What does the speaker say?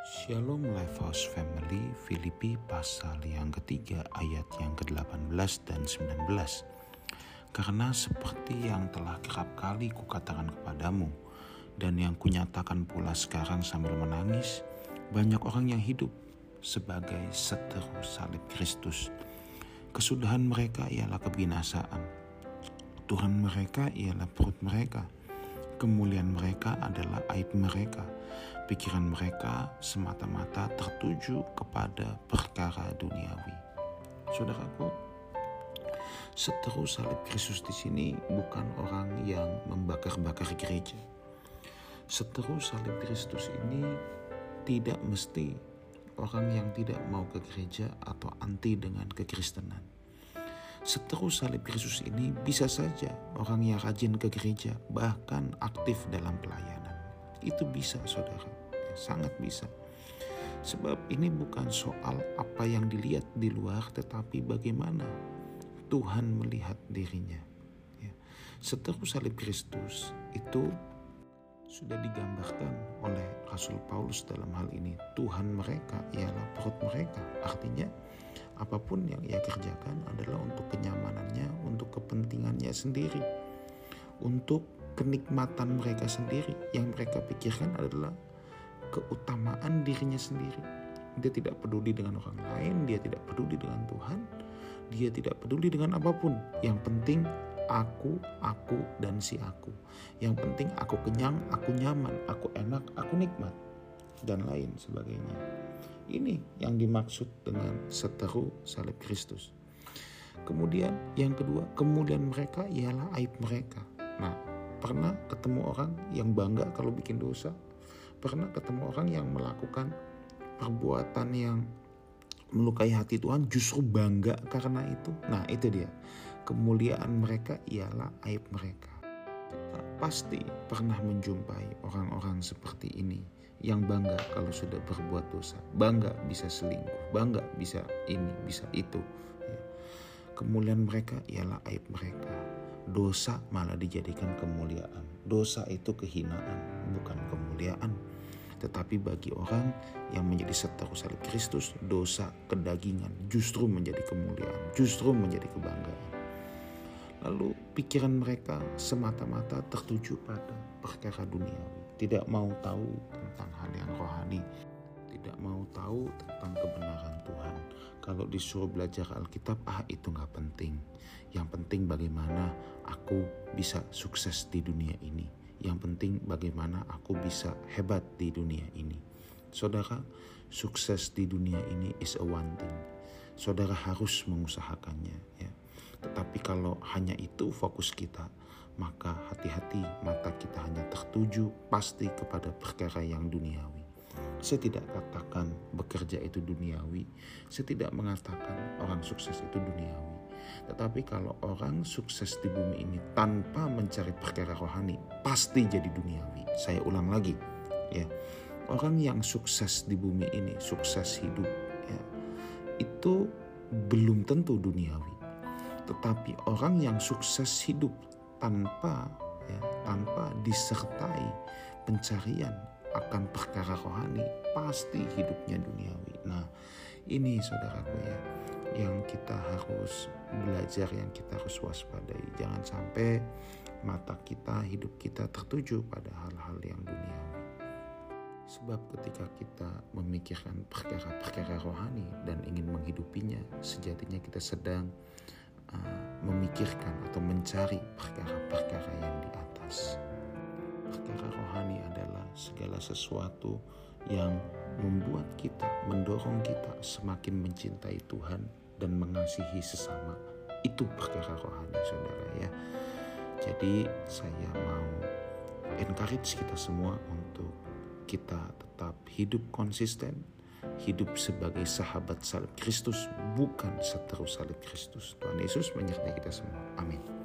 Shalom Lifehouse Family, Filipi pasal yang ketiga ayat yang ke-18 dan 19. Karena seperti yang telah kerap kali kukatakan kepadamu dan yang kunyatakan pula sekarang sambil menangis, banyak orang yang hidup sebagai seteru salib Kristus. Kesudahan mereka ialah kebinasaan. Tuhan mereka ialah perut mereka. Kemuliaan mereka adalah aib mereka. Pikiran mereka semata-mata tertuju kepada perkara duniawi. Saudaraku, seteru salib Kristus di sini bukan orang yang membakar-bakar gereja. Seteru salib Kristus ini tidak mesti orang yang tidak mau ke gereja atau anti dengan kekristenan. Seteru salib Kristus ini bisa saja orang yang rajin ke gereja, bahkan aktif dalam pelayanan. Itu bisa, saudara, ya, sangat bisa. Sebab ini bukan soal apa yang dilihat di luar, tetapi bagaimana Tuhan melihat dirinya. Ya. Seteru salib Kristus itu sudah digambarkan oleh Rasul Paulus dalam hal ini. Tuhan mereka ialah perut mereka. Artinya apapun yang ia kerjakan adalah untuk kenyamanannya, untuk kepentingannya sendiri, untuk kenikmatan mereka sendiri. Yang mereka pikirkan adalah keutamaan dirinya sendiri. Dia tidak peduli dengan orang lain, dia tidak peduli dengan Tuhan, dia tidak peduli dengan apapun. Yang penting aku, dan si aku. Yang penting aku kenyang, aku nyaman, aku enak, aku nikmat, dan lain sebagainya. Ini yang dimaksud dengan seteru salib Kristus. Kemudian yang kedua, kemuliaan mereka ialah aib mereka. Nah, pernah ketemu orang yang bangga kalau bikin dosa? Pernah ketemu orang yang melakukan perbuatan yang melukai hati Tuhan justru bangga karena itu? Nah, itu dia. Kemuliaan mereka ialah aib mereka. Kita pasti pernah menjumpai orang-orang seperti ini yang bangga kalau sudah berbuat dosa, bangga bisa selingkuh, bangga bisa ini, bisa itu. Ya. Kemuliaan mereka ialah aib mereka. Dosa malah dijadikan kemuliaan. Dosa itu kehinaan, bukan kemuliaan. Tetapi bagi orang yang menjadi seteru salib Kristus, dosa kedagingan justru menjadi kemuliaan, justru menjadi kebanggaan. Lalu pikiran mereka semata-mata tertuju pada perkara duniawi. Tidak mau tahu tentang hal yang rohani. Tidak mau tahu tentang kebenaran Tuhan. Kalau disuruh belajar Alkitab, itu gak penting. Yang penting bagaimana aku bisa sukses di dunia ini. Yang penting bagaimana aku bisa hebat di dunia ini. Saudara, sukses di dunia ini is a one thing. Saudara harus mengusahakannya, ya. Tetapi kalau hanya itu fokus kita, maka hati-hati, mata kita hanya tertuju pasti kepada perkara yang duniawi. Saya tidak katakan bekerja itu duniawi, saya tidak mengatakan orang sukses itu duniawi. Tetapi kalau orang sukses di bumi ini tanpa mencari perkara rohani, pasti jadi duniawi. Saya ulang lagi, ya. Orang yang sukses di bumi ini, sukses hidup, ya, itu belum tentu duniawi. Tetapi orang yang sukses hidup tanpa disertai pencarian akan perkara rohani, pasti hidupnya duniawi. Nah, ini saudaraku, ya, yang kita harus belajar, yang kita harus waspadai. Jangan sampai mata kita, hidup kita tertuju pada hal-hal yang duniawi. Sebab ketika kita memikirkan perkara-perkara rohani dan ingin menghidupinya, sejatinya kita sedang memikirkan atau mencari perkara-perkara yang di atas. Perkara rohani adalah segala sesuatu yang membuat kita, mendorong kita semakin mencintai Tuhan dan mengasihi sesama. Itu perkara rohani, saudara, ya. Jadi saya mau encourage kita semua untuk kita tetap hidup konsisten, hidup sebagai sahabat salib Kristus, bukan seteru salib Kristus. Tuhan Yesus menyertai kita semua. Amin.